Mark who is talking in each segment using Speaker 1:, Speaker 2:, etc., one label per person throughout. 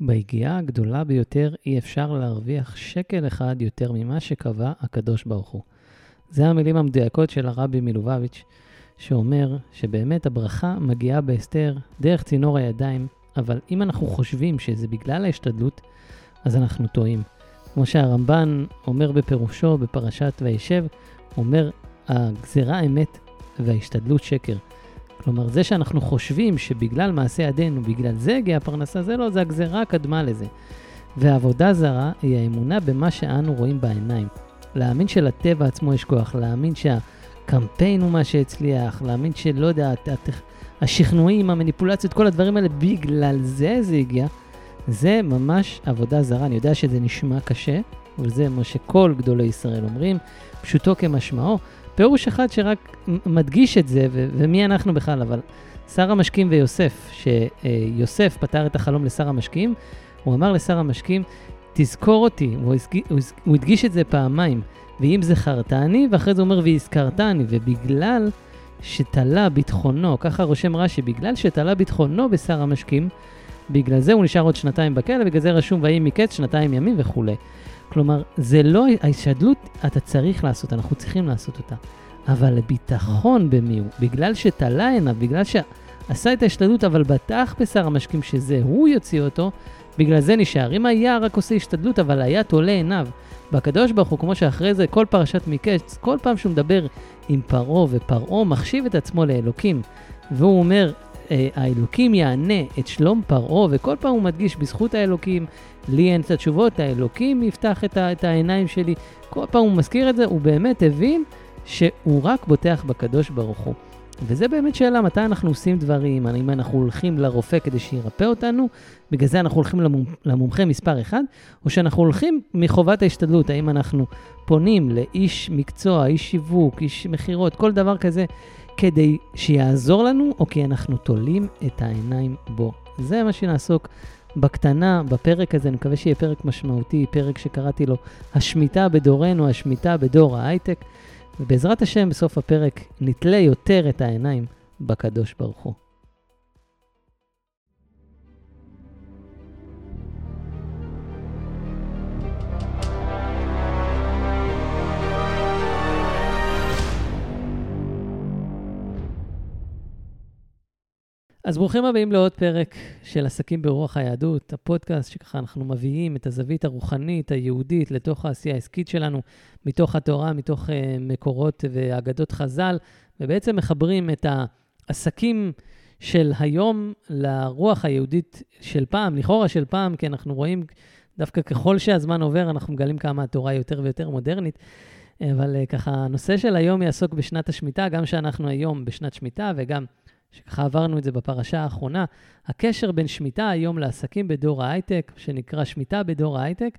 Speaker 1: ביגיעה הגדולה ביותר אי אפשר להרוויח שקל אחד יותר ממה שקבע הקדוש ברוך הוא. זה המילים המדויקות של הרבי מלובביץ', שאומר שבאמת הברכה מגיעה בהסתר דרך צינור הידיים, אבל אם אנחנו חושבים שזה בגלל ההשתדלות, אז אנחנו טועים. כמו שהרמב"ן אומר בפירושו בפרשת וישב, אומר הגזרה אמת וההשתדלות שקר. כלומר, זה שאנחנו חושבים שבגלל מעשה ידינו, בגלל זה הגיעה הפרנסה, זה לא, זה הגזרה קדמה לזה. והעבודה זרה היא האמונה במה שאנו רואים בעיניים. להאמין שלטבע עצמו יש כוח, להאמין שהקמפיין הוא מה שהצליח, להאמין שלא יודע, השכנועים, המניפולציות, כל הדברים האלה, בגלל זה הגיע, זה ממש עבודה זרה. אני יודע שזה נשמע קשה, אבל זה מה שכל גדולי ישראל אומרים, פשוטו כמשמעו. פירוש אחד שרק מדגיש את זה, ומי אנחנו בכלל, אבל שר המשקים ויוסף, שיוסף פתר את החלום לשר המשקים, הוא אמר לשר המשקים, תזכור אותי, הוא הדגיש את זה פעמיים, ואם זכרתני, ואחרי זה הוא אומר, והזכרתני, ובגלל שתלה ביטחונו, ככה רושם רש"י, בגלל שתלה ביטחונו בשר המשקים, בגלל זה הוא נשאר עוד 2 בכלא, בגלל זה רשום ויהי מקץ 2 ימים וכו'. כלומר, זה לא, ההשתדלות אתה צריך לעשות, אנחנו צריכים לעשות אותה. אבל ביטחון במי הוא, בגלל שתלה עיניו, בגלל שעשה את ההשתדלות, אבל בטח בשר המשקים שזה הוא יוציא אותו, בגלל זה נשאר. אם היה רק עושה השתדלות, אבל היה תולה עיניו, בקדוש ברוך הוא, כמו שאחרי זה, כל פרשת מקץ, כל פעם שהוא מדבר עם פרעה, ופרעה מחשיב את עצמו לאלוקים, והוא אומר, האלוקים יענה את שלום פרעה, וכל פעם הוא מדגיש בזכות האלוקים, לי אין את התשובות, האלוקים יפתח את העיניים שלי, כל פעם הוא מזכיר את זה, הוא באמת הבין שהוא רק בוטח בקדוש ברוך הוא. וזה באמת שאלה, מתי אנחנו עושים דברים, אם אנחנו הולכים לרופא כדי שירפא אותנו, בגלל זה אנחנו הולכים למומחה מספר 1, או שאנחנו הולכים מחובת ההשתדלות, האם אנחנו פונים לאיש מקצוע, איש שיווק, איש מחירות, כל דבר כזה, כדי שיעזור לנו, או כי אנחנו תולים את העיניים בו. זה מה שנעסוק בקטנה, בפרק הזה, אני מקווה שיהיה פרק משמעותי, פרק שקראתי לו, השמיטה בדורנו, השמיטה בדור ההייטק, ובעזרת השם בסוף הפרק נתלה יותר את העיניים בקדוש ברוך הוא. אז ברוכים הבאים לעוד פרק של עסקים ברוח היהדות, הפודקאסט שככה אנחנו מביאים את הזווית הרוחנית, היהודית, לתוך העשייה העסקית שלנו, מתוך התורה, מתוך מקורות ואגדות חז"ל, ובעצם מחברים את העסקים של היום לרוח היהודית של פעם, לכאורה של פעם, כי אנחנו רואים דווקא ככל שהזמן עובר, אנחנו מגלים כמה התורה יותר ויותר מודרנית, אבל ככה הנושא של היום יעסוק בשנת השמיטה, גם שאנחנו היום בשנת שמיטה וגם שככה עברנו את זה בפרשה האחרונה, הקשר בין שמיטה היום לעסקים בדור ההייטק, שנקרא שמיטה בדור ההייטק,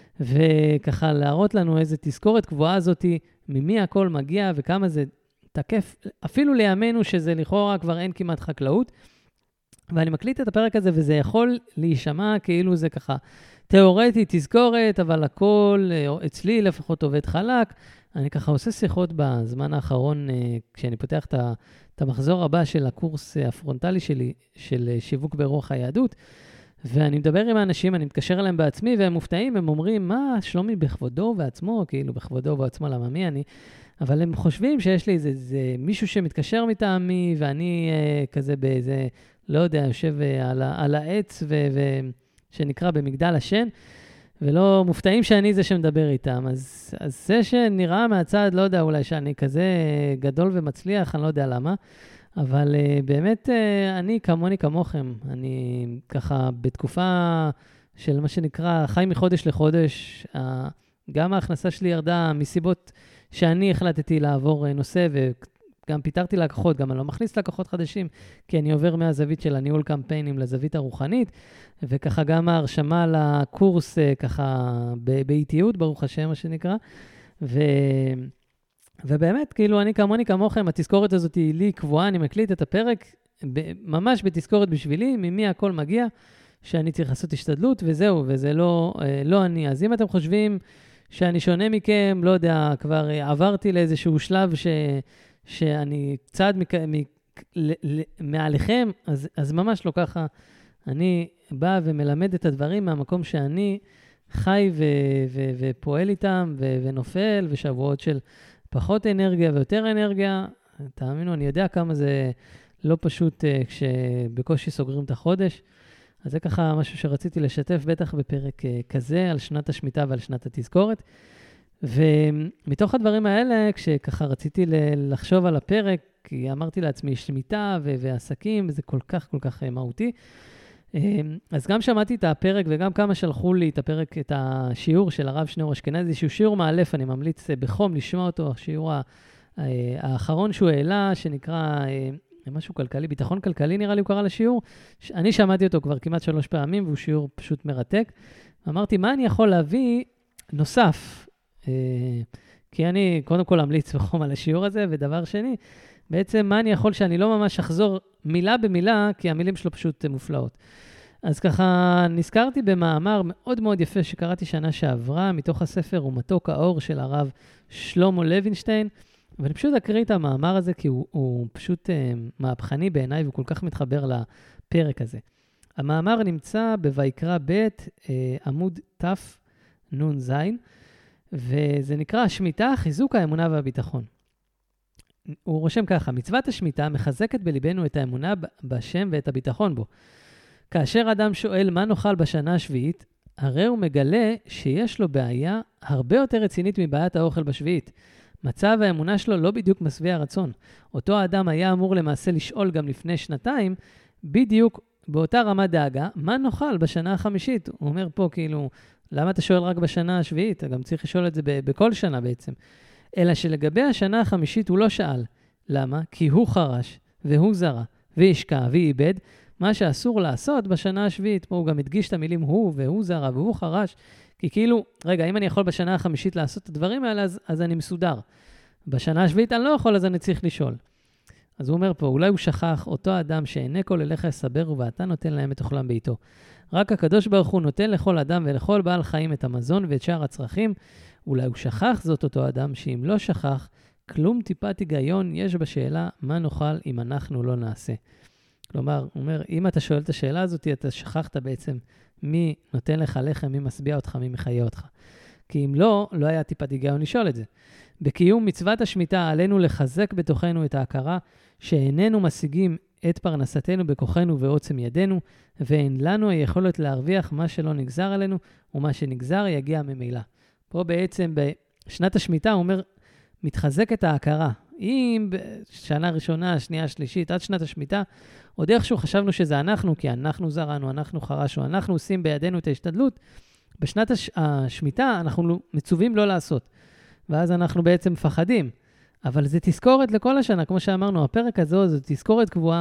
Speaker 1: וככה להראות לנו איזה תזכורת קבועה הזאת, ממי הכל מגיע וכמה זה תקף, אפילו לימינו שזה לכאורה כבר אין כמעט חקלאות, ואני מקליט את הפרק הזה וזה יכול להישמע כאילו זה ככה תיאורטי, תזכורת, אבל הכל אצלי לפחות עובד חלק. אני ככה עושה שיחות בזמן האחרון, כשאני פותח את המחזור הבא של הקורס הפרונטלי שלי, של שיווק ברוח היהדות, ואני מדבר עם האנשים, אני מתקשר אליהם בעצמי, והם מופתעים, הם אומרים, מה, שלומי בכבודו ובעצמו, כאילו בכבודו ובעצמו, למה מי אני? אבל הם חושבים שיש לי איזה מישהו שמתקשר מטעמי, ואני כזה באיזה, לא יודע, יושב על העץ, שנקרא במגדל השן, ולא מופתעים שאני זה שמדבר איתם. אז זה שנראה מהצד, לא יודע, אולי שאני כזה גדול ומצליח, אני לא יודע למה, אבל באמת אני כמוני כמוכם, אני ככה בתקופה של מה שנקרא חי מחודש לחודש, גם ההכנסה שלי ירדה מסיבות שאני החלטתי לעבור נושא, וגם פיתרתי לקוחות, גם אני לא מכניס לקוחות חדשים, כי אני עובר מהזווית של הניהול קמפיינים לזווית הרוחנית, וככה גם ההרשמה לקורס ככה באיטיות, ברוך השם מה שנקרא, ובאמת כאילו אני כמוני כמוכם, התזכורת הזאת היא לי קבועה, אני מקליט את הפרק ממש בתזכורת בשבילי, ממי הכל מגיע, שאני צריך לעשות השתדלות וזהו, וזה לא אני. אז אם אתם חושבים שאני שונה מכם, לא יודע, כבר עברתי לאיזשהו שלב שאני צעד מעליכם, אז ממש לא ככה. אני בא ומלמד את הדברים מהמקום שאני חי ופועל איתם ונופל, ושבועות של פחות אנרגיה ויותר אנרגיה. תאמינו, אני יודע כמה זה לא פשוט כשבקושי סוגרים את החודש. אז זה ככה משהו שרציתי לשתף, בטח בפרק כזה, על שנת השמיטה ועל שנת התזכורת. ומתוך הדברים האלה, כשככה רציתי לחשוב על הפרק, כי אמרתי לעצמי שמיטה ועסקים, זה כל כך כל כך מהותי. אז גם שמעתי את הפרק, וגם כמה שלחו לי את הפרק, את השיעור של הרב שניאור אשכנזי, שהוא שיעור מאלף, אני ממליץ בחום לשמוע אותו, השיעור האחרון שהוא העלה, שנקרא משהו כלכלי, ביטחון כלכלי נראה לי הוא קרא לשיעור. אני שמעתי אותו כבר כמעט 3 פעמים, והוא שיעור פשוט מרתק. אמרתי, מה אני יכול להביא נוסף? כי אני קודם כל אמליץ בחום על השיעור הזה, ודבר שני, בעצם מה אני יכול שאני לא ממש אחזור מילה במילה, כי המילים שלו פשוט מופלאות. אז ככה נזכרתי במאמר מאוד מאוד יפה שקראתי שנה שעברה, מתוך הספר ומתוק האור של הרב שלמה לוינשטיין, ואני פשוט אקריא את המאמר הזה, כי הוא פשוט מהפכני בעיניי, והוא כל כך מתחבר לפרק הזה. המאמר נמצא בויקרא ב' עמוד תנ"ז, וזה נקרא השמיטה, חיזוק האמונה והביטחון. הוא רושם ככה, מצוות השמיטה מחזקת בליבנו את האמונה בשם ואת הביטחון בו. כאשר אדם שואל מה נאכל בשנה השביעית, הרי הוא מגלה שיש לו בעיה הרבה יותר רצינית מבעיית האוכל בשביעית. מצב האמונה שלו לא בדיוק משביע הרצון. אותו האדם היה אמור למעשה לשאול גם לפני 2 בדיוק באותה רמת דאגה, מה נאכל בשנה החמישית? הוא אומר פה כאילו, למה אתה שואל רק בשנה השביעית? אתה גם צריך לשאול את זה בכל שנה בעצם. אלא שלגבי השנה החמישית הוא לא שאל. למה? כי הוא חרש, והוא זרה, והשקע, ואיבד, מה שאסור לעשות בשנה השביעית. פה הוא גם הדגיש את המילים הוא, והוא זרה, והוא חרש, כי כאילו, רגע, אם אני יכול בשנה החמישית לעשות את הדברים האלה, אז אני מסודר. בשנה השביעית אני לא יכול, אז אני צריך לשאול. אז הוא אומר פה, אולי הוא שכח אותו אדם שעיני כל אליך יסברו, ואתה נותן להם את אוכלם ביתו. רק הקדוש ברוך הוא נותן לכל אדם ולכל בעל חיים את המזון ואת שאר הצרכים. אולי הוא שכח זאת אותו אדם, שאם לא שכח, כלום טיפת היגיון יש בשאלה מה נאכל אם אנחנו לא נעשה. כלומר, הוא אומר, אם אתה שואל את השאלה הזאת, אתה שכחת בעצם מי נותן לך לחם, מי משביע אותך, מי מחיה אותך. כי אם לא, לא היה טיפת היגיון לשאול את זה. בקיום מצוות השמיטה עלינו לחזק בתוכנו את ההכרה שאיננו משיגים את פרנסתנו בכוחנו ועוצם ידינו, ואין לנו היכולת להרוויח מה שלא נגזר עלינו, ומה שנגזר יגיע ממילא. פה בעצם בשנת השמיטה הוא אומר, מתחזק את ההכרה. אם בשנה ראשונה, שנייה, שלישית, עד שנת השמיטה, עוד איכשהו חשבנו שזה אנחנו, כי אנחנו זרענו, אנחנו חרשנו, אנחנו עושים בידינו את ההשתדלות, בשנת השמיטה אנחנו מצווים לא לעשות. ואז אנחנו בעצם מפחדים. אבל זה תזכורת לכל השנה, כמו שאמרנו, הפרק הזה זה תזכורת קבועה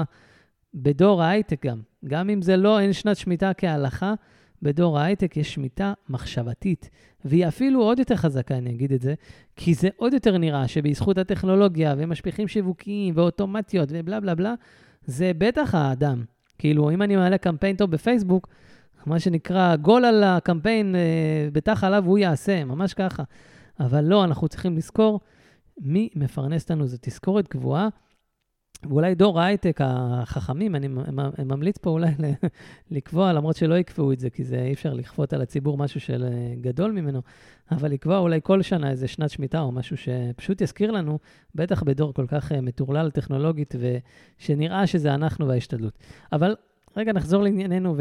Speaker 1: בדור ההייטק גם. גם אם זה לא, אין שנת שמיטה כהלכה, בדור ההייטק יש שמיטה מחשבתית, והיא אפילו עוד יותר חזקה, אני אגיד את זה, כי זה עוד יותר נראה שבזכות הטכנולוגיה ומשפיכים שיווקיים ואוטומטיות ובלה בלה בלה, זה בטח האדם. כאילו, אם אני מעלה קמפיין טוב בפייסבוק, מה שנקרא גול על הקמפיין, בטח עליו הוא יעשה, ממש ככה. אבל לא, אנחנו צריכים לזכור מי מפרנס לנו, זו תזכורת קבועה, ואולי דור ההייטק החכמים, אני ממליץ פה אולי לקבוע, למרות שלא יקבעו את זה, כי זה אי אפשר לכפות על הציבור משהו של גדול ממנו, אבל לקבוע אולי כל שנה איזה שנת שמיטה או משהו שפשוט יזכיר לנו, בטח בדור כל כך מטורלל טכנולוגית, ושנראה שזה אנחנו וההשתדלות. אבל רגע נחזור לענייננו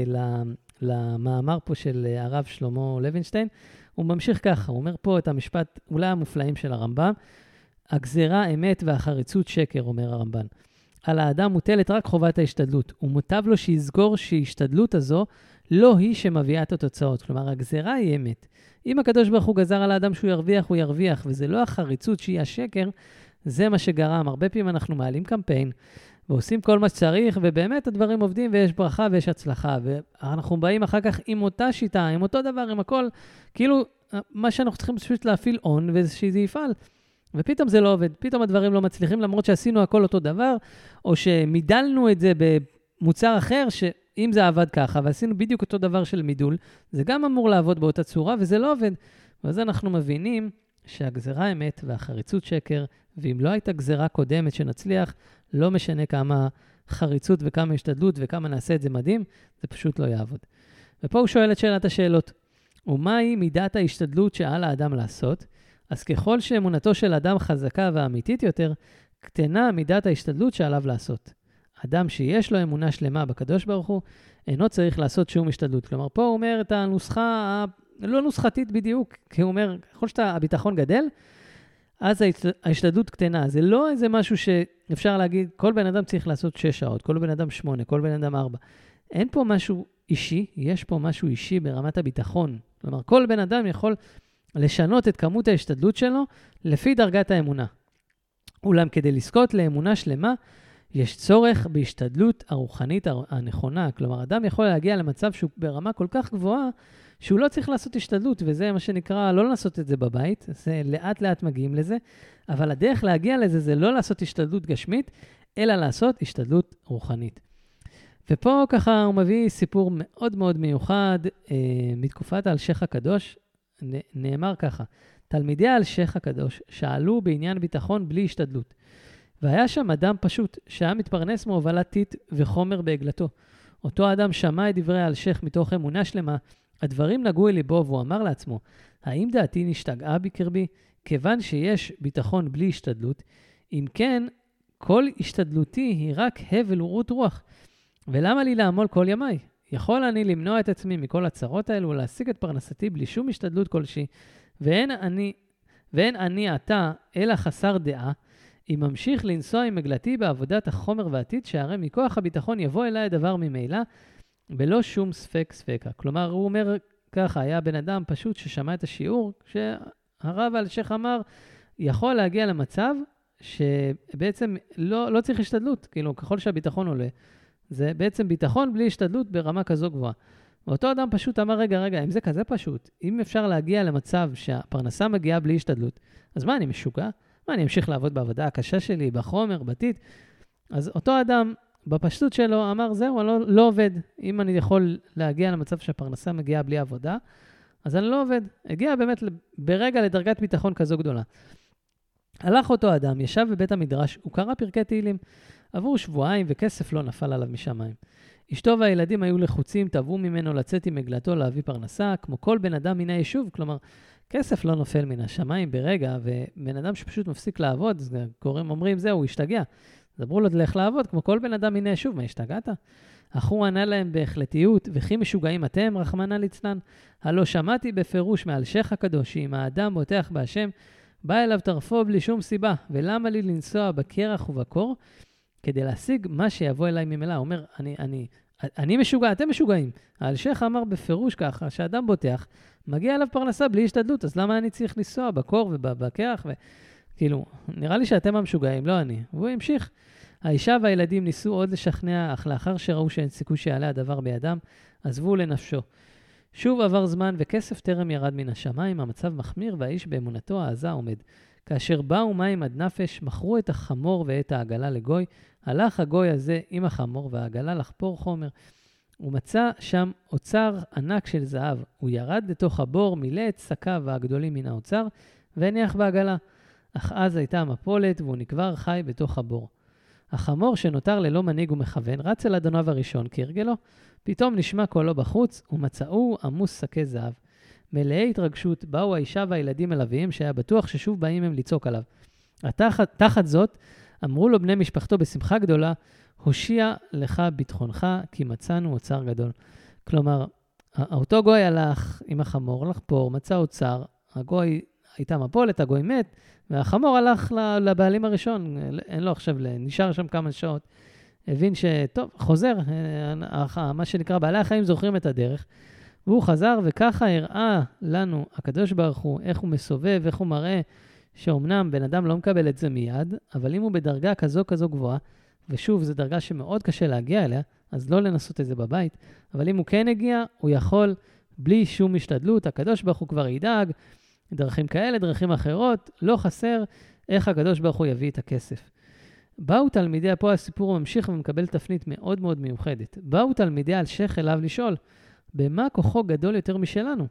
Speaker 1: ולמאמר פה של הרב שלמה לוינשטיין, הוא ממשיך ככה, הוא אומר פה את המשפט אולי המופלאים של הרמב"ם, הגזרה אמת והחריצות שקר, אומר הרמב"ן. על האדם מוטלת רק חובת ההשתדלות, ומוטב לו שיזכור שההשתדלות הזו לא היא שמביאה את התוצאות. כלומר, הגזרה היא אמת. אם הקדוש ברוך הוא גזר על האדם שהוא ירוויח, הוא ירוויח, וזה לא החריצות שהיא השקר, זה מה שגרם. הרבה פעמים אנחנו מעלים קמפיין, ועושים כל מה שצריך, ובאמת הדברים עובדים, ויש ברכה ויש הצלחה, ואנחנו באים אחר כך עם אותה שיטה, עם אותו דבר, עם הכל, כאילו, מה שאנחנו צריכים פשוט להפעיל און, ושזה יפעל. ופתאום זה לא עובד, פתאום הדברים לא מצליחים, למרות שעשינו הכל אותו דבר, או שמידלנו את זה במוצר אחר, שאם זה עבד ככה, ועשינו בדיוק אותו דבר של מידול, זה גם אמור לעבוד באותה צורה, וזה לא עובד. ואז אנחנו מבינים שהגזרה אמת והחריצות שקר, ואם לא הייתה גזרה קודמת שנצליח, לא משנה כמה חריצות וכמה השתדלות וכמה נעשה את זה מדהים, זה פשוט לא יעבוד. ופה הוא שואל את שאלת השאלות. ומהי מידת ההשתדלות שעל האדם לעשות? אז ככל שאמונתו של אדם חזקה ואמיתית יותר, קטנה מידת ההשתדלות שעליו לעשות. אדם שיש לו אמונה שלמה בקדוש ברוך הוא, אינו צריך לעשות שום השתדלות. כלומר, פה הוא אומר את הנוסחה, לא נוסחתית בדיוק, כי הוא אומר, ככל שהביטחון גדל, אז ההשתדלות קטנה. זה לא איזה משהו שאפשר להגיד, כל בן אדם צריך לעשות 6 שעות, כל בן אדם 8, כל בן אדם 4. אין פה משהו אישי, יש פה משהו אישי ברמת הביטחון. כלומר, כל בן אדם יכול לשנות את כמות ההשתדלות שלו לפי דרגת האמונה. אולם כדי לזכות לאמונה שלמה, יש צורך בהשתדלות הרוחנית הנכונה. כלומר, אדם יכול להגיע למצב שהוא ברמה כל כך גבוהה, שהוא לא צריך לעשות השתדלות, וזה מה שנקרא לא לעשות את זה בבית, זה לאט לאט מגיעים לזה, אבל הדרך להגיע לזה זה לא לעשות השתדלות גשמית, אלא לעשות השתדלות רוחנית. ופה ככה הוא מביא סיפור מאוד מאוד מיוחד מתקופת האלשיך הקדוש, נאמר ככה, תלמידי האלשיך הקדוש שאלו בעניין ביטחון בלי השתדלות, והיה שם אדם פשוט שהיה מתפרנס מהובלת טיט וחומר בעגלתו. אותו אדם שמע את דברי האלשיך מתוך אמונה שלמה, הדברים נגעו אל ליבו והוא אמר לעצמו, האם דעתי נשתגעה בקרבי? כיוון שיש ביטחון בלי השתדלות, אם כן, כל השתדלותי היא רק הבל ורעות רוח. ולמה לי לעמול כל ימיי? יכול אני למנוע את עצמי מכל הצרות האלו ולהשיג את פרנסתי בלי שום השתדלות כלשהי, ואין אני עתה אלא חסר דעה, אם ממשיך לנסוע עם מגלתי בעבודת החומר והעתיד, שהרי מכוח הביטחון יבוא אליי הדבר ממילא, בלא שום ספקה. כלומר, הוא אומר ככה, היה בן אדם פשוט ששמע את השיעור, שהרב האלשיך אמר, יכול להגיע למצב שבעצם לא צריך השתדלות, כאילו ככל שהביטחון עולה, זה בעצם ביטחון בלי השתדלות ברמה כזו גבוהה. ואותו אדם פשוט אמר, רגע, אם זה כזה פשוט, אם אפשר להגיע למצב שהפרנסה מגיעה בלי השתדלות, אז מה, אני משוגע? מה, אני אמשיך לעבוד בעבודה הקשה שלי, בחומר, בתית? אז אותו אדם, בפשטות שלו, אמר, זהו, אני לא עובד. אם אני יכול להגיע למצב שהפרנסה מגיעה בלי עבודה, אז אני לא עובד. הגיע באמת ברגע לדרגת ביטחון כזו גדולה. הלך אותו אדם, ישב בבית המדרש, הוא קרא פרקי תהילים. עברו שבועיים וכסף לא נפל עליו משמיים. אשתו והילדים היו לחוצים, תבעו ממנו לצאת עם מגלתו להביא פרנסה, כמו כל בן אדם מן היישוב, כלומר, כסף לא נופל מן השמיים ברגע, ובן אדם שפשוט מפסיק לעבוד, קוראים אומרים, זהו, הוא השתגע. אז אמרו לו, לך לעבוד, כמו כל בן אדם מן היישוב, מה השתגעת? אך הוא ענה להם בהחלטיות, וכי משוגעים אתם, רחמנא ליצלן? הלא שמעתי בפירוש מאלשיך הקדוש, שאם האדם בוטח בהשם, בא אליו טרפו בלי שום סיבה, ולמה לי לנסוע בקרח ובקור? כדי להשיג מה שיבוא אליי ממילא. הוא אומר, אני משוגע, אתם משוגעים. האלשיך אמר בפירוש ככה, שהאדם בוטח, מגיע אליו פרנסה בלי השתדלות, אז למה אני צריך לנסוע בקור ובקרח? כאילו, נראה לי שאתם המשוגעים, לא אני. והוא המשיך. האישה והילדים ניסו עוד לשכנע, אך לאחר שראו שאין סיכוי שיעלה הדבר בידם, עזבו לנפשו. שוב עבר זמן וכסף טרם ירד מן השמיים, המצב מחמיר והאיש באמונתו העזה עומד. כאשר באו מים עד נפש, מכרו את החמור ואת העגלה לגוי, הלך הגוי הזה עם החמור והעגלה לחפור חומר. הוא מצא שם אוצר ענק של זהב. הוא ירד לתוך הבור, מילא את שקיו הגדולים מן האוצר, והניח בעגלה. אך אז הייתה מפולת והוא נקבר חי בתוך הבור. החמור שנותר ללא מנהיג ומכוון, רץ אל אדוניו הראשון כהרגלו, פתאום נשמע קולו בחוץ, ומצאו עמוס שקי זהב. מלאי התרגשות באו האישה והילדים אל אביהם, שהיה בטוח ששוב באים הם לצעוק עליו. תחת זאת, אמרו לו בני משפחתו בשמחה גדולה, הושיע לך ביטחונך, כי מצאנו אוצר גדול. כלומר, אותו גוי הלך עם החמור לחפור, מצא אוצר, הגוי הייתה מפולת, הגוי מת, והחמור הלך לבעלים הראשון, אין לו עכשיו, נשאר שם כמה שעות, הבין שטוב, חוזר, מה שנקרא, בעלי החיים זוכרים את הדרך, והוא חזר, וככה הראה לנו הקדוש ברוך הוא, איך הוא מסובב, איך הוא מראה, שאומנם בן אדם לא מקבל את זה מיד, אבל אם הוא בדרגה כזו גבוהה, ושוב, זו דרגה שמאוד קשה להגיע אליה, אז לא לנסות את זה בבית, אבל אם הוא כן הגיע, הוא יכול בלי שום השתדלות, הקדוש ברוך הוא כבר ידאג, דרכים כאלה, דרכים אחרות, לא חסר איך הקדוש ברוך הוא יביא את הכסף. באו תלמידי, פה הסיפור ממשיך ומקבל תפנית מאוד מאוד מיוחדת. באו תלמידי אלשיך אליו לשאול, במה כוחו גדול יותר משלנו?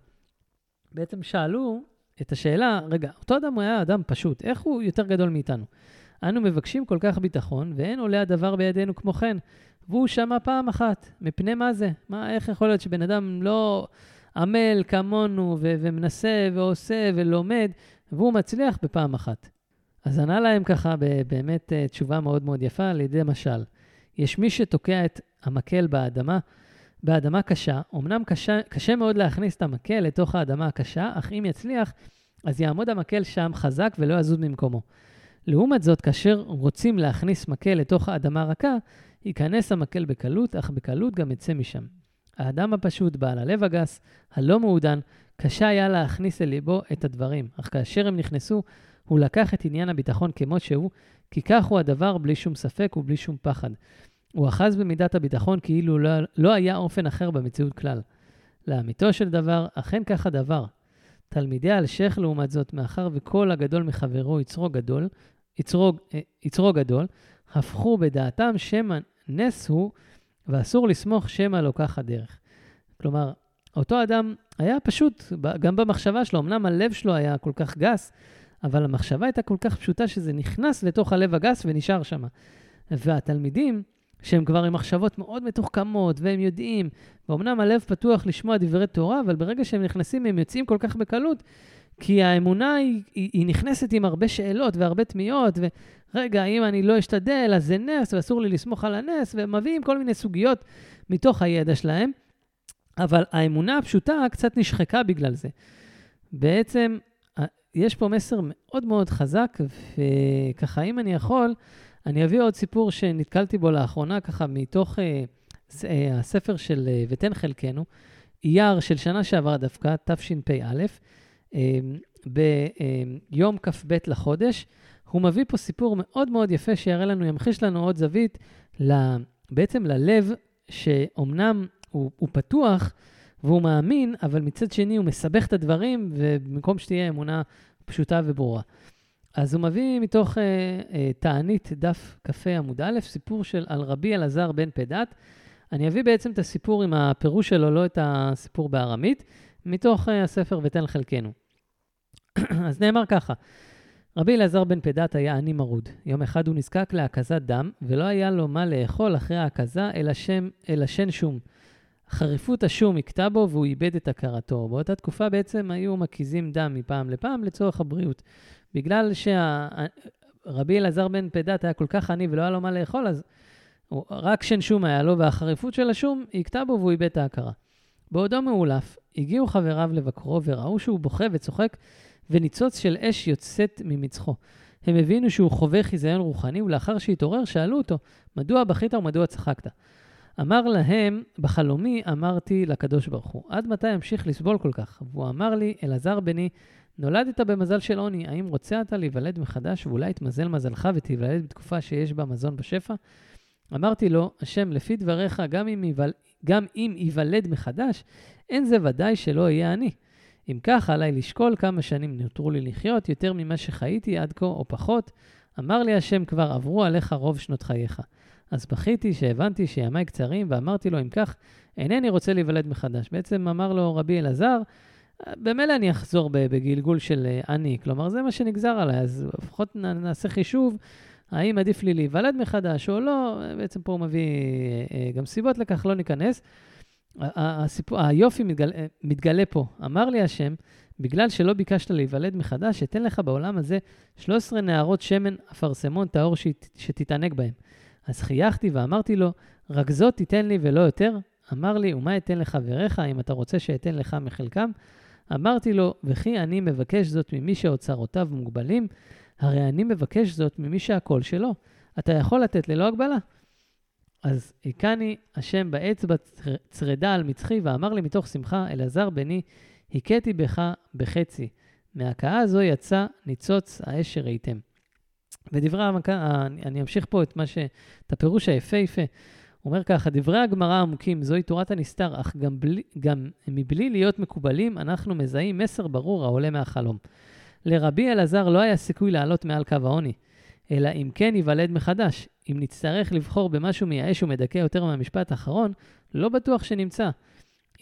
Speaker 1: בעצם שאלו את השאלה, רגע, אותו אדם הוא היה אדם פשוט, איך הוא יותר גדול מאיתנו? אנו מבקשים כל כך ביטחון, ואין עולה הדבר בידינו כמו כן. והוא שמע פעם אחת, מפני מה זה? איך יכול להיות שבן אדם לא עמל כמונו ומנסה ועושה ולומד, והוא מצליח בפעם אחת? אז ענה להם ככה באמת תשובה מאוד מאוד יפה על ידי משל. יש מי שתוקע את המקל באדמה קשה, אמנם קשה מאוד להכניס את המקל לתוך האדמה הקשה, אך אם יצליח, אז יעמוד המקל שם חזק ולא יזוז ממקומו. לעומת זאת, כאשר רוצים להכניס מקל לתוך האדמה רכה, ייכנס המקל בקלות, אך בקלות גם יצא משם. האדם הפשוט, בעל הלב הגס, הלא מעודן, קשה היה להכניס אל ליבו את הדברים, אך כאשר הם נכנסו, הוא לקח את עניין הביטחון כמו שהוא, כי כך הוא הדבר בלי שום ספק ובלי שום פחד. הוא אחז במידת הביטחון כאילו לא היה אופן אחר במציאות כלל. לאמיתו של דבר, אכן כך הדבר. תלמידי אלשיך לעומת זאת, מאחר וכל הגדול מחברו יצרו גדול, הפכו בדעתם שמא נס הוא, ואסור לסמוך שמא לא כך הדרך. כלומר, אותו אדם היה פשוט, גם במחשבה שלו, אמנם הלב שלו היה כל כך גס, אבל המחשבה הייתה כל כך פשוטה שזה נכנס לתוך הלב הגס ונשאר שם. והתלמידים, שהם כבר עם מחשבות מאוד מתוחכמות, והם יודעים, ואומנם הלב פתוח לשמוע דברי תורה, אבל ברגע שהם נכנסים, הם יוצאים כל כך בקלות, כי האמונה היא נכנסת עם הרבה שאלות והרבה תמיהות, ורגע, אם אני לא אשתדל, אז זה נס, ואסור לי לסמוך על הנס, ומביאים כל מיני סוגיות מתוך הידע שלהם, אבל האמונה הפשוטה קצת נשחקה בגלל זה. בעצם, יש פה מסר מאוד מאוד חזק, וככה, אם אני יכול, אני אביא עוד סיפור שנתקלתי בו לאחרונה, ככה מתוך הספר של ותן חלקנו, אייר של שנה שעברה דווקא, תשפ"א, ביום כ"ב לחודש, הוא מביא פה סיפור מאוד מאוד יפה שיראה לנו, ימחיש לנו עוד זווית, בעצם ללב שאומנם הוא פתוח והוא מאמין, אבל מצד שני הוא מסבך את הדברים, ובמקום שתהיה אמונה פשוטה וברורה. אז הוא מביא מתוך תענית דף קפה עמוד א', סיפור על רבי אלעזר בן פדת. אני אביא בעצם את הסיפור עם הפירוש שלו, לא את הסיפור בארמית, מתוך הספר ותן חלקנו. אז נאמר ככה, רבי אלעזר בן פדת היה עני מרוד. יום אחד הוא נזקק להקזת דם, ולא היה לו מה לאכול אחרי ההקזה, אלא שן שום. חריפות השום הכתה בו והוא איבד את הכרתו. באותה תקופה בעצם היו מקיזים דם מפעם לפעם לצורך הבריאות. בגלל שרבי אלעזר בן פדת היה כל כך עני ולא היה לו מה לאכול, אז רק שן שום היה לו, והחריפות של השום הכתה בו והוא איבד את ההכרה. בעודו מאולף, הגיעו חבריו לבקרו וראו שהוא בוכה וצוחק, וניצוץ של אש יוצאת ממצחו. הם הבינו שהוא חווה חיזיון רוחני, ולאחר שהתעורר שאלו אותו, מדוע בכית ומדוע צחקת? אמר להם, בחלומי אמרתי לקדוש ברוך הוא, עד מתי אמשיך לסבול כל כך? והוא אמר לי, אלעזר בני, נולדת במזל של עוני, האם רוצה אתה להיוולד מחדש, ואולי תמזל מזלך ותיוולד בתקופה שיש בה מזון בשפע? אמרתי לו, השם, לפי דבריך, גם אם ייוולד מחדש, אין זה ודאי שלא יהיה אני. אם כך, עליי לשקול כמה שנים נותרו לי לחיות, יותר ממה שחייתי עד כה או פחות. אמר לי השם, כבר עברו עליך רוב שנות חייך. אז בכיתי שהבנתי שימי קצרים, ואמרתי לו, אם כך, אינני רוצה להיוולד מחדש. בעצם אמר לו רבי אלעזר, במילא אני אחזור בגלגול של אני, כלומר זה מה שנגזר עליי, אז לפחות נעשה חישוב, האם עדיף לי להיוולד מחדש או לא, בעצם פה הוא מביא גם סיבות לכך, לא ניכנס. היופי מתגלה פה, אמר לי השם, בגלל שלא ביקשת להיוולד מחדש, אתן לך בעולם הזה 13 נערות שמן אפרסמון טהור שתתענג בהם. אז חייכתי ואמרתי לו, רק זאת תיתן לי ולא יותר. אמר לי, ומה אתן לחבריך אם אתה רוצה שאתן לך מחלקם? אמרתי לו, וכי אני מבקש זאת ממי שאוצרותיו מוגבלים, הרי אני מבקש זאת ממי שהקול שלו. אתה יכול לתת ללא הגבלה. אז הכני השם באצבע צרדה על מצחי, ואמר לי מתוך שמחה, אלעזר בני, הכיתי בך בחצי. מההכאה הזו יצא ניצוץ האש שראיתם. ודברי המכה, אני אמשיך פה את הפירוש היפה. הוא אומר ככה, דברי הגמרא העמוקים, זוהי תורת הנסתר, אך גם מבלי להיות מקובלים, אנחנו מזהים מסר ברור העולה מהחלום. לרבי אלעזר לא היה סיכוי לעלות מעל קו העוני, אלא אם כן ייוולד מחדש. אם נצטרך לבחור במשהו מייאש ומדכא יותר מהמשפט האחרון, לא בטוח שנמצא.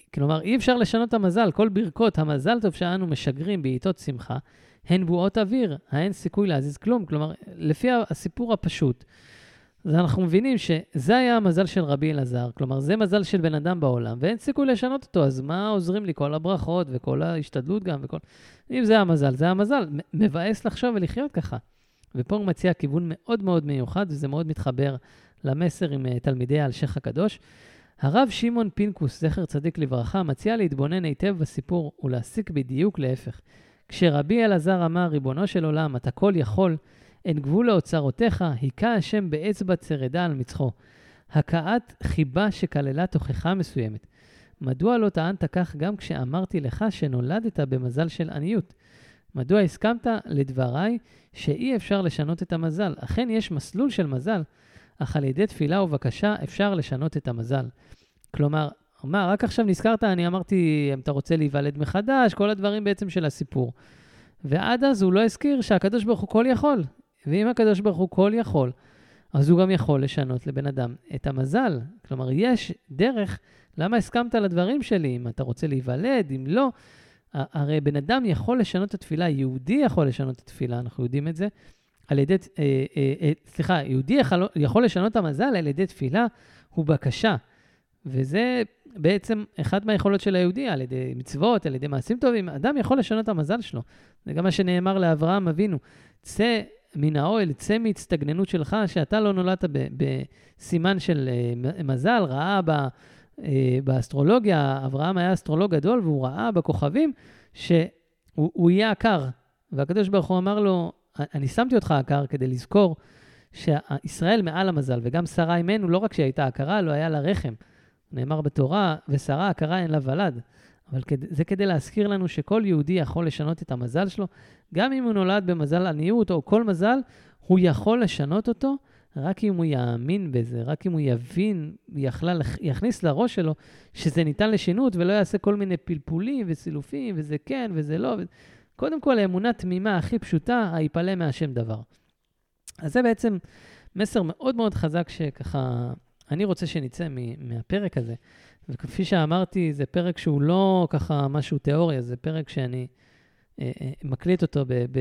Speaker 1: כלומר, אי אפשר לשנות את המזל. כל ברכות המזל טוב שאנו משגרים בעיתות שמחה, הן בועות אוויר, האין סיכוי להזיז כלום. כלומר, לפי הסיפור הפשוט, אז אנחנו מבינים שזה היה המזל של רבי אלעזר, כלומר, זה מזל של בן אדם בעולם, ואין סיכוי לשנות אותו, אז מה עוזרים לי כל הברכות וכל ההשתדלות גם וכל... אם זה המזל, זה המזל. מבאס לחשוב ולחיות ככה. ופה הוא מציע כיוון מאוד מאוד מיוחד, וזה מאוד מתחבר למסר עם תלמידי האלשיך הקדוש. הרב שמעון פינקוס, זכר צדיק לברכה, מציע להתבונן היטב בסיפור ולהסיק בדיוק להפך. כשרבי אלעזר אמר, ריבונו של עולם, אתה כל יכול, אין גבול לאוצרותיך, היכה השם באצבע צרדה על מצחו. הכאת חיבה שכללה תוכחה מסוימת. מדוע לא טענת כך גם כשאמרתי לך שנולדת במזל של עניות? מדוע הסכמת לדבריי שאי אפשר לשנות את המזל? אכן יש מסלול של מזל, אך על ידי תפילה ובקשה אפשר לשנות את המזל. כלומר, מה, רק עכשיו נזכרת, אני אמרתי, אם אתה רוצה להיוולד מחדש, כל הדברים בעצם של הסיפור. ועד אז הוא לא הזכיר שהקדוש ברוך הוא כל יכול. ואם הקדוש ברוך הוא כל יכול, אז הוא גם יכול לשנות לבן אדם את המזל. כלומר, יש דרך, למה הסכמת לדברים שלי? אם אתה רוצה להיוולד, אם לא, הרי בן אדם יכול לשנות את התפילה, יהודי יכול לשנות את התפילה, אנחנו יודעים את זה, על ידי, יהודי יכול לשנות את המזל על ידי תפילה, הוא בקשה. וזה בעצם אחת מהיכולות של היהודי, על ידי מצוות, על ידי מעשים טובים, אדם יכול לשנות את המזל שלו. זה גם מה שנאמר לאברהם אבינו, צא מן האוהל, צא מהצטגננות שלך, שאתה לא נולדת בסימן של מזל, ראה באסטרולוגיה, אברהם היה אסטרולוג גדול, והוא ראה בכוכבים שהוא יהיה עקר. והקדוש ברוך הוא אמר לו, אני שמתי אותך עקר כדי לזכור שישראל מעל המזל, וגם שרה אימנו, לא רק שהיא הייתה עקרה, לא היה לה רחם. נאמר בתורה, ושרה עקרה אין לה ולד. אבל זה כדי להזכיר לנו שכל יהודי יכול לשנות את המזל שלו, גם אם הוא נולד במזל עניות או כל מזל, הוא יכול לשנות אותו, רק אם הוא יאמין בזה, רק אם הוא יבין, יכניס לראש שלו שזה ניתן לשינות, ולא יעשה כל מיני פלפולים וסילופים, וזה כן וזה לא. קודם כל, האמונה תמימה הכי פשוטה, היפלא מהשם דבר. אז זה בעצם מסר מאוד מאוד חזק שככה, אני רוצה שנצא מהפרק הזה. וכפי שאמרתי, זה פרק שהוא לא ככה משהו תיאוריה, זה פרק שאני מקליט אותו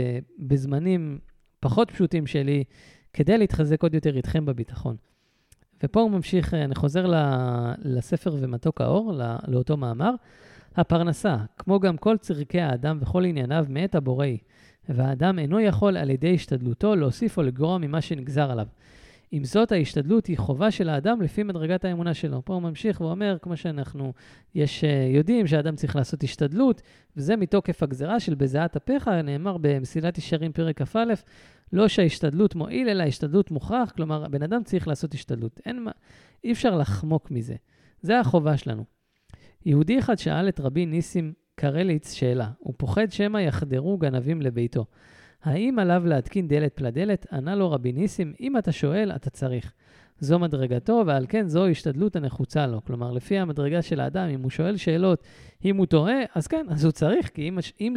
Speaker 1: בזמנים פחות פשוטים שלי, כדי להתחזק עוד יותר איתכם בביטחון. ופה הוא ממשיך, אני חוזר לספר ומתוק האור, לאותו מאמר. הפרנסה, כמו גם כל צרכי האדם וכל ענייניו מאת הבוראי, והאדם אינו יכול על ידי השתדלותו להוסיף או לגרוע ממה שנגזר עליו. עם זאת, ההשתדלות היא חובה של האדם לפי מדרגת האמונה שלו. פה הוא ממשיך ואומר, כמו שאנחנו יודעים שהאדם צריך לעשות השתדלות, וזה מתוקף הגזרה של בזיעת אפיך, נאמר במסילת ישרים פרק כ"א, לא שההשתדלות מועיל, אלא ההשתדלות מוכרח, כלומר, הבן אדם צריך לעשות השתדלות. אי אפשר לחמוק מזה. זה החובה שלנו. יהודי אחד שאל את רבי ניסים קרליץ שאלה, הוא פוחד שמא יחדרו גנבים לביתו. האם עליו להתקין דלת פלדלת? ענה לו רבי ניסים, אם אתה שואל, אתה צריך. זו מדרגתו, ועל כן זו השתדלות הנחוצה לו. כלומר, לפי המדרגה של האדם, אם הוא שואל שאלות, אם הוא טועה, אז כן, אז הוא צריך, כי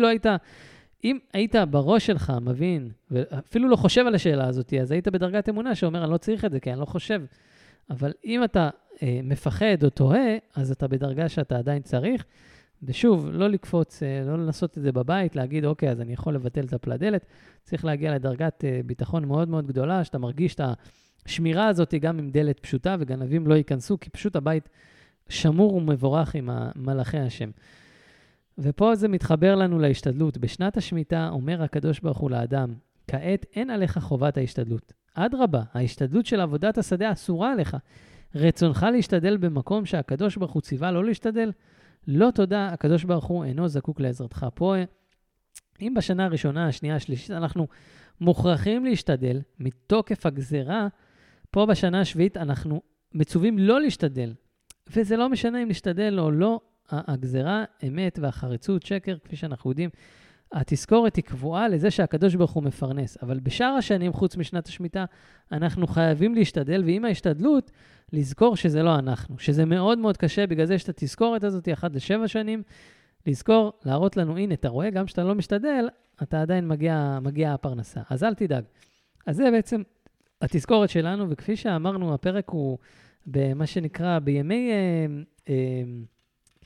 Speaker 1: אם היית בראש שלך מבין, ואפילו לא חושב על השאלה הזאת, אז היית בדרגת אמונה שאומר, אני לא צריך את זה, כי אני לא חושב. אבל אם אתה מפחד או טועה, אז אתה בדרגה שאתה עדיין צריך, ושוב, לא לקפוץ, לא לנסות את זה בבית, להגיד, אוקיי, אז אני יכול לבטל את הפלדלת. צריך להגיע לדרגת ביטחון מאוד מאוד גדולה, שאתה מרגיש את השמירה הזאת גם עם דלת פשוטה, וגנבים לא ייכנסו, כי פשוט הבית שמור ומבורך עם מלאכי השם. ופה זה מתחבר לנו להשתדלות. בשנת השמיטה אומר הקדוש ברוך הוא לאדם, כעת אין עליך חובת ההשתדלות. אדרבה, ההשתדלות של עבודת השדה אסורה עליך. רצונך להשתדל במקום שהקדוש ברוך הוא ציווה לא להשתדל, לא תודה, הקדוש ברוך הוא אינו זקוק לעזרתך. פה, אם בשנה הראשונה, השנייה, השלישית, אנחנו מוכרחים להשתדל, מתוקף הגזרה, פה בשנה השביעית אנחנו מצווים לא להשתדל. וזה לא משנה אם להשתדל או לא, הגזרה, אמת והחריצות, שקר, כפי שאנחנו יודעים, התזכורת היא קבועה לזה שהקדוש ברוך הוא מפרנס. אבל בשאר השנים, חוץ משנת השמיטה, אנחנו חייבים להשתדל, ועם ההשתדלות, לזכור שזה לא אנחנו, שזה מאוד מאוד קשה, בגלל זה יש את התזכורת הזאת, 1-7 שנים, לזכור, להראות לנו, הנה, אתה רואה, גם שאתה לא משתדל, אתה עדיין מגיע הפרנסה. אז אל תדאג. אז זה בעצם התזכורת שלנו, וכפי שאמרנו, הפרק הוא במה שנקרא, בימי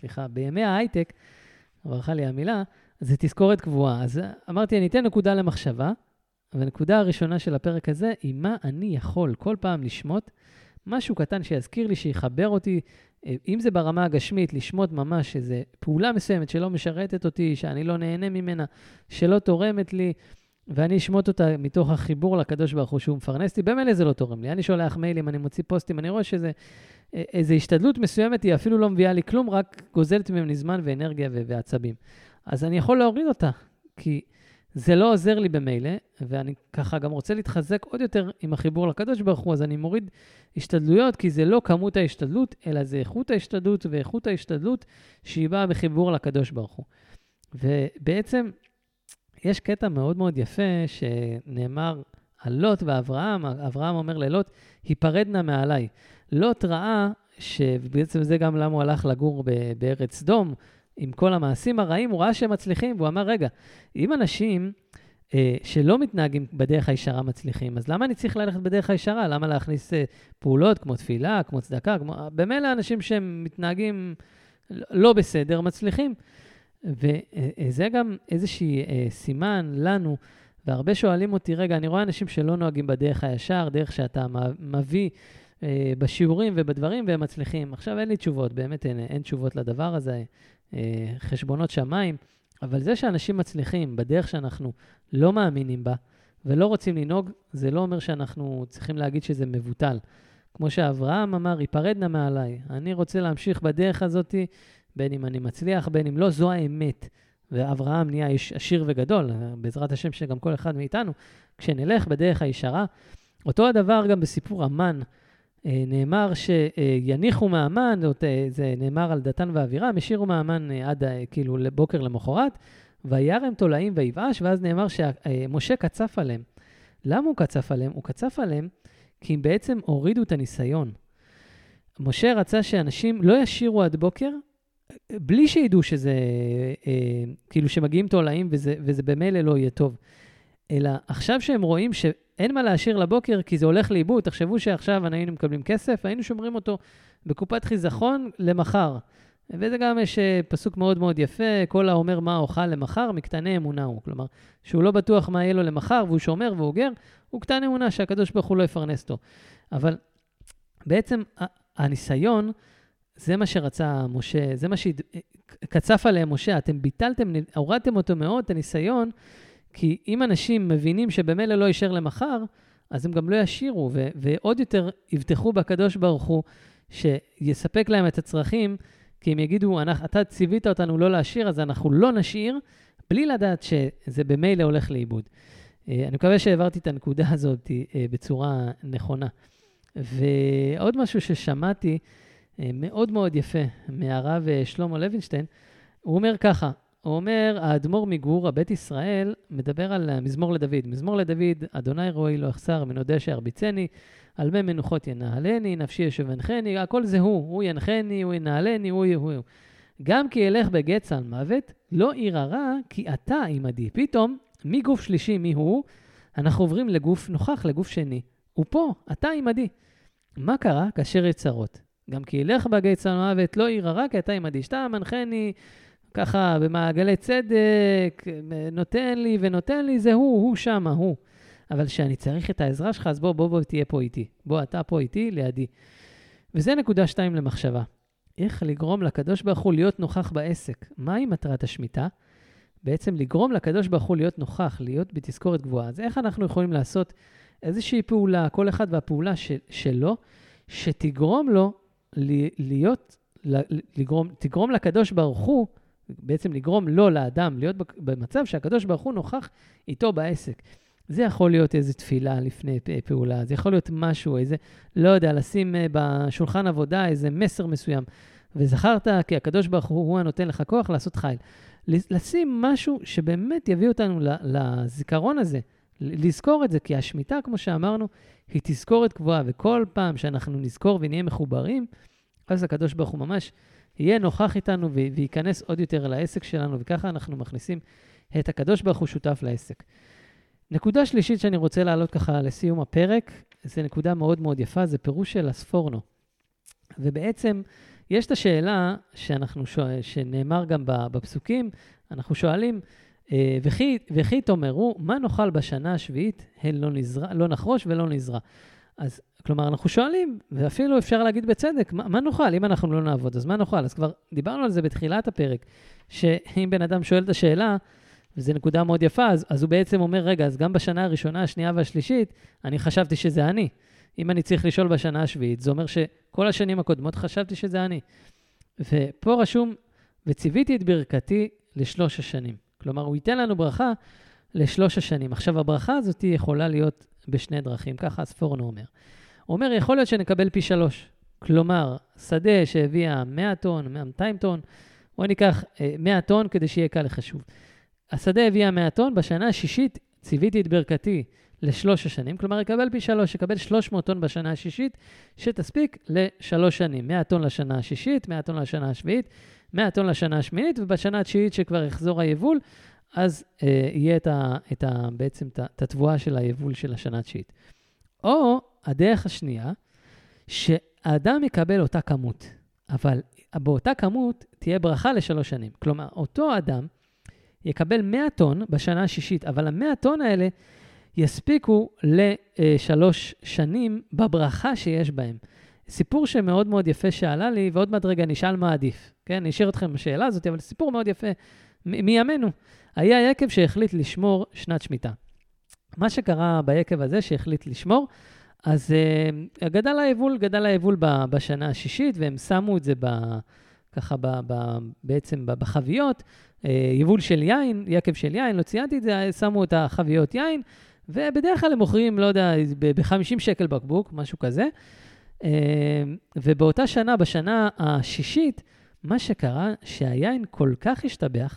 Speaker 1: סליחה, בימי ההייטק, עברכה לי המילה, זה תזכורת קבועה. אז אמרתי, אני אתן נקודה למחשבה, והנקודה הראשונה של הפרק הזה היא מה אני יכול כל פעם לשמות, משהו קטן שיזכיר לי, שיחבר אותי, אם זה ברמה הגשמית, לשמות ממש איזו פעולה מסוימת שלא משרתת אותי, שאני לא נהנה ממנה, שלא תורמת לי, ואני אשמות אותה מתוך החיבור לקדוש ברוך הוא שהוא מפרנס אותי, במילא זה לא תורם לי. אני שולח מיילים, אני מוציא פוסטים, אני רואה איזו השתדלות מסוימת, היא אפילו לא מביאה לי כלום, רק גוזלת ממני זמן ואנרגיה ועצבים. אז אני יכול להוריד אותה, כי זה לא עוזר לי במילא, ואני ככה גם רוצה להתחזק עוד יותר עם החיבור לקדוש ברוך הוא, אז אני מוריד השתדלויות, כי זה לא כמות ההשתדלות, אלא זה איכות ההשתדלות, ואיכות ההשתדלות שהיא באה בחיבור לקדוש ברוך הוא. ובעצם יש קטע מאוד מאוד יפה שנאמר על לוט ואברהם, אברהם אומר ללוט, היפרדנה מעליי. לוט ראה, שבעצם זה גם למה הוא הלך לגור בארץ סדום, עם כל המעשים הרעים, הוא ראה שהם מצליחים, והוא אמר, רגע, אם אנשים שלא מתנהגים בדרך הישרה מצליחים, אז למה אני צריך ללכת בדרך הישרה? למה להכניס פעולות כמו תפילה, כמו צדקה? במילא אנשים שהם מתנהגים לא בסדר, מצליחים. וזה גם איזושהי סימן לנו, והרבה שואלים אותי, רגע, אני רואה אנשים שלא נוהגים בדרך הישר, דרך שאתה מביא בשיעורים ובדברים, והם מצליחים. עכשיו אין לי תשובות, באמת אין תשובות לדבר הזה, חשבונות שמיים, אבל זה שאנשים מצליחים בדרך שאנחנו לא מאמינים בה, ולא רוצים לנהוג, זה לא אומר שאנחנו צריכים להגיד שזה מבוטל. כמו שאברהם אמר, היפרדנה מעליי. אני רוצה להמשיך בדרך הזאת, בין אם אני מצליח, בין אם לא, זו האמת. ואברהם נהיה איש עשיר וגדול, בעזרת השם שגם כל אחד מאיתנו, כשנלך בדרך הישרה. אותו הדבר גם בסיפור המן, נאמר שיניחו מהמן, זה נאמר על דתן ואבירם, השאירו מהמן עד כאילו לבוקר למחרת, וירם תולעים ויבאש, ואז נאמר שמשה קצף עליהם. למה הוא קצף עליהם? הוא קצף עליהם כי הם בעצם הורידו את הניסיון. משה רצה שאנשים לא ישירו עד בוקר, בלי שידעו שזה, כאילו שמגיעים תולעים וזה במילא לא יהיה טוב. אלא עכשיו שהם רואים שאין מה להשאיר לבוקר, כי זה הולך לאיבוד, תחשבו שעכשיו היינו מקבלים כסף, היינו שומרים אותו בקופת חיזכון למחר. וזה גם יש פסוק מאוד מאוד יפה, כל האומר מה אוכל למחר, מקטני אמונה הוא. כלומר, שהוא לא בטוח מה יהיה לו למחר, והוא שומר והוא גר, הוא קטן אמונה שהקדוש ברוך הוא לא יפרנס אותו. אבל בעצם הניסיון, זה מה שרצה משה, זה מה שקצף עליהם משה, אתם ביטלתם, הורדתם אותו מאוד, את הניסיון, כי אם אנשים מבינים שבמילא לא יישאר למחר, אז הם גם לא ישירו, ועוד יותר יבטחו בקדוש ברוך הוא, שיספק להם את הצרכים, כי הם יגידו, אתה ציווית אותנו לא להשאיר, אז אנחנו לא נשאיר, בלי לדעת שזה במילא הולך לאיבוד. אני מקווה שהעברתי את הנקודה הזאת בצורה נכונה. ועוד משהו ששמעתי, מאוד מאוד יפה, מהרב שלמה לוינשטיין, הוא אומר ככה, הוא אומר, האדמו"ר מגור, הבית ישראל, מדבר על מזמור לדוד. מזמור לדוד, אדוני רואי לא אחסר, מנודה שירביצני, על מי מנוחות ינהלני, נפשי ישובנחני, הכל זה הוא ינחני, הוא ינהלני, הוא. גם כי ילך בגץ על מוות, לא ירא כי אתה עמדי. פתאום, מגוף שלישי, מי הוא? אנחנו עוברים לגוף נוכח, לגוף שני. הוא פה, אתה עמדי. מה קרה? כאשר יצרות. גם כי ילך בגץ על מוות, לא ירא כי אתה עמדי. שאתה מנחני, ככה במעגלי צדק, נותן לי ונותן לי, זה הוא שמה, הוא. אבל שאני צריך את העזרה שלך, אז בוא תהיה פה איתי. בוא, אתה פה איתי, לידי. וזה נקודה 2 למחשבה. איך לגרום לקדוש ברוך הוא להיות נוכח בעסק? מהי מטרת השמיטה? בעצם לגרום לקדוש ברוך הוא להיות נוכח, להיות בתזכורת גבוהה. אז איך אנחנו יכולים לעשות איזושהי פעולה, כל אחד והפעולה שלו, שתגרום לו תגרום לקדוש ברוך הוא, בעצם לגרום לו לאדם להיות במצב שהקדוש ברוך הוא נוכח איתו בעסק. זה יכול להיות איזו תפילה לפני פעולה, זה יכול להיות משהו, איזה, לא יודע, לשים בשולחן עבודה איזה מסר מסוים, וזכרת כי הקדוש ברוך הוא הנותן לך כוח לעשות חיל. לשים משהו שבאמת יביא אותנו לזיכרון הזה, לזכור את זה, כי השמיטה, כמו שאמרנו, היא תזכורת קבועה, וכל פעם שאנחנו נזכור ונהיה מחוברים, אז הקדוש ברוך הוא ממש יהיה נוכח איתנו וייכנס עוד יותר לעסק שלנו, וככה אנחנו מכניסים את הקדוש ברוך הוא שותף לעסק. נקודה שלישית שאני רוצה להעלות ככה לסיום הפרק, זה נקודה מאוד מאוד יפה, זה פירוש של הספורנו. ובעצם יש את השאלה שנאמר גם בפסוקים, אנחנו שואלים, וכי תאמרו, מה נאכל בשנה השביעית, לא נחרוש ולא נזרע. אז כלומר, אנחנו שואלים, ואפילו אפשר להגיד בצדק, מה נאכל אם אנחנו לא נעבוד, אז מה נאכל? אז כבר דיברנו על זה בתחילת הפרק, שאם בן אדם שואל את השאלה, וזו נקודה מאוד יפה, אז הוא בעצם אומר, רגע, אז גם בשנה הראשונה, השנייה והשלישית, אני חשבתי שזה אני. אם אני צריך לשאול בשנה השביעית, זה אומר שכל השנים הקודמות חשבתי שזה אני. ופה רשום, וציוויתי את ברכתי ל3 השנים. כלומר, הוא ייתן לנו ברכה ל3 השנים. עכשיו, הברכה הזאת יכולה להיות בשני דרכים, ככה הספורנו אומר. הוא אומר, יכול להיות שנקבל פי 3. כלומר, שדה שהביאה 100 טון, 200 טון, בואו ניקח 100 טון כדי שיהיה קל לחשוב. השדה הביאה 100 טון, בשנה השישית ציוויתי את ברכתי ל3 השנים, כלומר יקבל פי 3, יקבל 300 טון בשנה השישית, שתספיק ל3 שנים, 100 טון לשנה השישית, 100 טון לשנה השביעית, 100 טון לשנה השמינית, ובשנה התשיעית שכבר יחזור היבול, אז יהיה בעצם את התבואה של היבול של השנה התשיעית. או הדרך השנייה, שהאדם יקבל אותה כמות, אבל באותה כמות תהיה ברכה ל3 שנים. כלומר, אותו אדם יקבל 100 טון בשנה השישית, אבל ה100 טון האלה יספיקו ל3 שנים בברכה שיש בהם. סיפור שמאוד מאוד יפה שעלה לי, ועוד מעט רגע נשאל מה עדיף. כן, אני אשאיר אתכם בשאלה הזאת, אבל סיפור מאוד יפה מימינו. היה יקב שהחליט לשמור שנת שמיטה. מה שקרה ביקב הזה שהחליט לשמור, אז גדל היבול בשנה השישית, והם שמו את זה ככה בעצם בחביות, יבול של יין, יקב של יין, לא ציינתי את זה, שמו את החביות יין, ובדרך כלל הם מוכרים, לא יודע, ב50 שקל בקבוק, משהו כזה. ובאותה שנה, בשנה השישית, מה שקרה שהיין כל כך השתבח,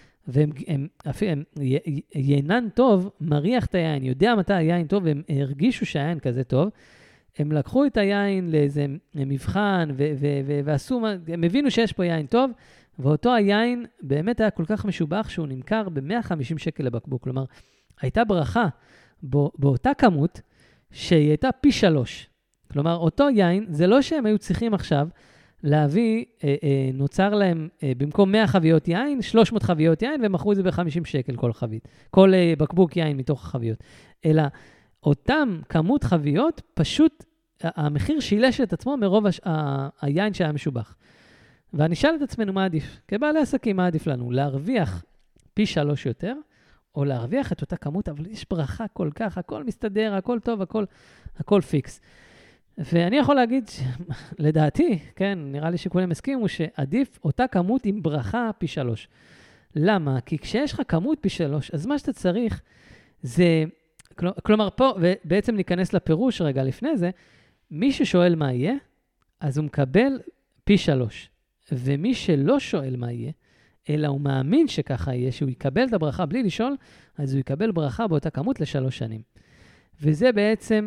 Speaker 1: ויינן טוב, מריח את היין, יודע מתי היין טוב, והם הרגישו שהיין כזה טוב, הם לקחו את היין לאיזה מבחן, ועשו, הם הבינו שיש פה יין טוב, ואותו היין באמת היה כל כך משובח, שהוא נמכר ב150 שקל לבקבוק. כלומר, הייתה ברכה באותה כמות, שהיא הייתה פי 3. כלומר, אותו יין, זה לא שהם היו צריכים עכשיו להביא, נוצר להם במקום 100 חביות יין, 300 חביות יין, ומכרו את זה ב50 שקל כל חבית. כל בקבוק יין מתוך החביות. אלא אותם כמות חביות, פשוט המחיר שילש את עצמו מרוב היין שהיה משובח. ואני שאל את עצמנו מה עדיף. כבעלי עסקים, מה עדיף לנו? להרוויח פי 3 יותר, או להרוויח את אותה כמות, אבל יש ברכה כל כך, הכל מסתדר, הכל טוב, הכל פיקס. ואני יכול להגיד, לדעתי, כן, נראה לי שכולם הסכימו, שעדיף אותה כמות עם ברכה פי 3. למה? כי כשיש לך כמות פי 3, אז מה שאתה צריך זה, כלומר פה, ובעצם ניכנס לפירוש רגע לפני זה, מי ששואל מה יהיה, אז הוא מקבל פי 3. ומי שלא שואל מה יהיה, אלא הוא מאמין שככה יהיה, שהוא יקבל את הברכה בלי לשאול, אז הוא יקבל ברכה באותה כמות ל3 שנים. וזה בעצם,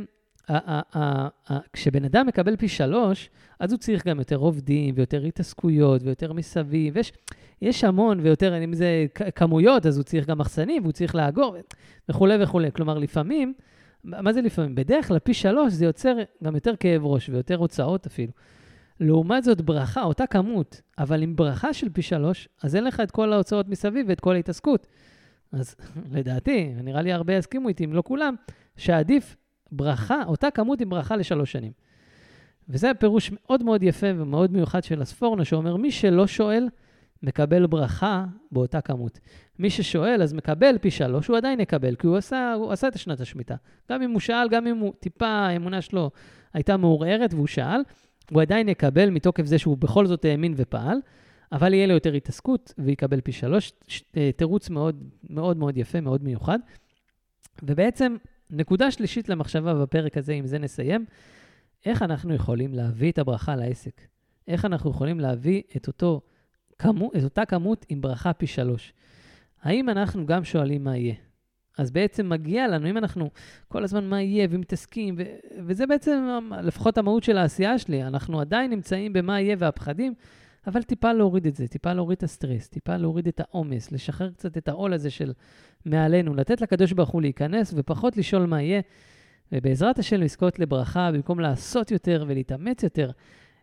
Speaker 1: כשבן אדם מקבל פי 3, אז הוא צריך גם יותר עובדים, ויותר התעסקויות, ויותר מסביב, יש המון, ויותר, אם זה כמויות, אז הוא צריך גם מחסנים, והוא צריך לאגור, וכו' וכו'. כלומר, לפעמים, מה זה לפעמים? בדרך כלל פי 3 זה יוצר גם יותר כאב ראש, ויותר הוצאות אפילו. לעומת זאת ברכה, אותה כמות, אבל עם ברכה של פי 3, אז אין לך את כל ההוצאות מסביב ואת כל ההתעסקות. אז לדעתי, נראה לי הרבה יסכימו איתי, אם לא כולם, שעדיף ברכה, אותה כמות עם ברכה ל3 שנים. וזה הפירוש מאוד מאוד יפה ומאוד מיוחד של הספורנו, שאומר מי שלא שואל, מקבל ברכה באותה כמות. מי ששואל, אז מקבל פי 3, הוא עדיין יקבל, כי הוא עשה את שנת השמיטה. גם אם הוא שאל, גם אם הוא טיפה, האמונה שלו הייתה מעורערת והוא שאל, הוא עדיין יקבל מתוקף זה שהוא בכל זאת האמין ופעל, אבל יהיה לו יותר התעסקות ויקבל פי 3. תירוץ מאוד מאוד מאוד יפה, מאוד מיוחד. ובעצם נקודה שלישית למחשבה בפרק הזה, אם זה נסיים, איך אנחנו יכולים להביא את הברכה לעסק? איך אנחנו יכולים להביא את אותה כמות עם ברכה פי 3? האם אנחנו גם שואלים מה יהיה? אז בעצם מגיע לנו, אם אנחנו כל הזמן מה יהיה ומתעסקים, וזה בעצם לפחות המהות של העשייה שלי, אנחנו עדיין נמצאים במה יהיה והפחדים, אבל טיפה להוריד את זה, טיפה להוריד את הסטרס, טיפה להוריד את העומס, לשחרר קצת את העול הזה של מעלינו, לתת לקדוש ברוך הוא להיכנס ופחות לשאול מה יהיה, ובעזרת השם לזכות לברכה, במקום לעשות יותר ולהתאמץ יותר,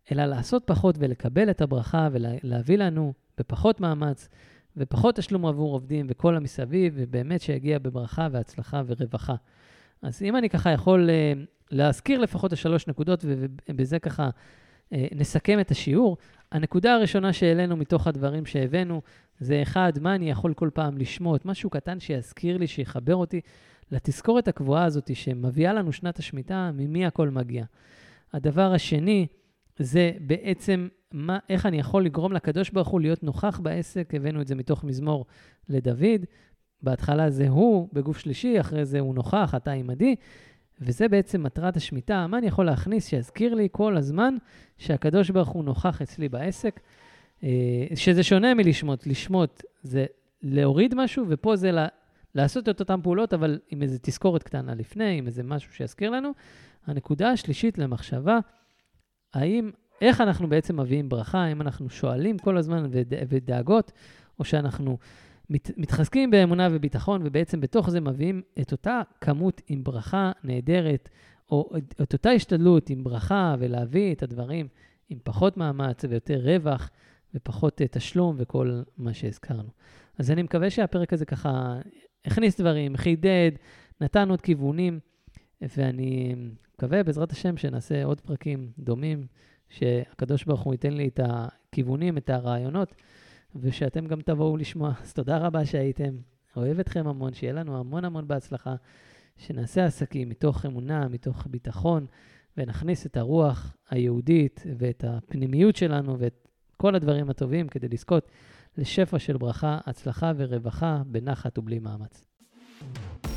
Speaker 1: אלא לעשות פחות ולקבל את הברכה ולהביא לנו בפחות מאמץ ופחות תשלום עבור עובדים וכל המסביב, ובאמת שיגיע בברכה והצלחה ורווחה. אז אם אני ככה יכול להזכיר לפחות 3 נקודות, ובזה ככה נסכם את השיעור, הנקודה הראשונה שהעלינו מתוך הדברים שהבאנו, זה אחד, מה אני יכול כל פעם לשמות, משהו קטן שיזכיר לי, שיחבר אותי לתזכורת הקבועה הזאת שמביאה לנו שנת השמיטה, ממי הכל מגיע. הדבר השני, זה בעצם איך אני יכול לגרום לקדוש ברוך הוא להיות נוכח בעסק, הבאנו את זה מתוך מזמור לדוד, בהתחלה זה הוא בגוף שלישי, אחרי זה הוא נוכח, אתה עמדי, וזה בעצם מטרת השמיטה, מה אני יכול להכניס שיזכיר לי כל הזמן שהקדוש ברוך הוא נוכח אצלי בעסק, שזה שונה מלשמות, לשמות זה להוריד משהו, ופה זה לעשות את אותן פעולות, אבל עם איזו תזכורת קטנה לפני, עם איזה משהו שיזכיר לנו. הנקודה השלישית למחשבה, איך אנחנו בעצם מביאים ברכה, האם אנחנו שואלים כל הזמן ודאגות, או שאנחנו מתחזקים באמונה וביטחון, ובעצם בתוך זה מביאים את אותה כמות עם ברכה נהדרת, או את אותה השתדלות עם ברכה, ולהביא את הדברים עם פחות מאמץ ויותר רווח, ופחות תשלום וכל מה שהזכרנו. אז אני מקווה שהפרק הזה ככה הכניס דברים, חידד, נתן עוד כיוונים, ואני מקווה בעזרת השם שנעשה עוד פרקים דומים, שהקדוש ברוך הוא ייתן לי את הכיוונים, את הרעיונות, ושאתם גם תבואו לשמוע. אז תודה רבה שהייתם, אוהב אתכם המון, שיהיה לנו המון המון בהצלחה, שנעשה עסקים מתוך אמונה, מתוך ביטחון, ונכניס את הרוח היהודית ואת הפנימיות שלנו ואת כל הדברים הטובים כדי לזכות לשפע של ברכה, הצלחה ורווחה בנחת ובלי מאמץ.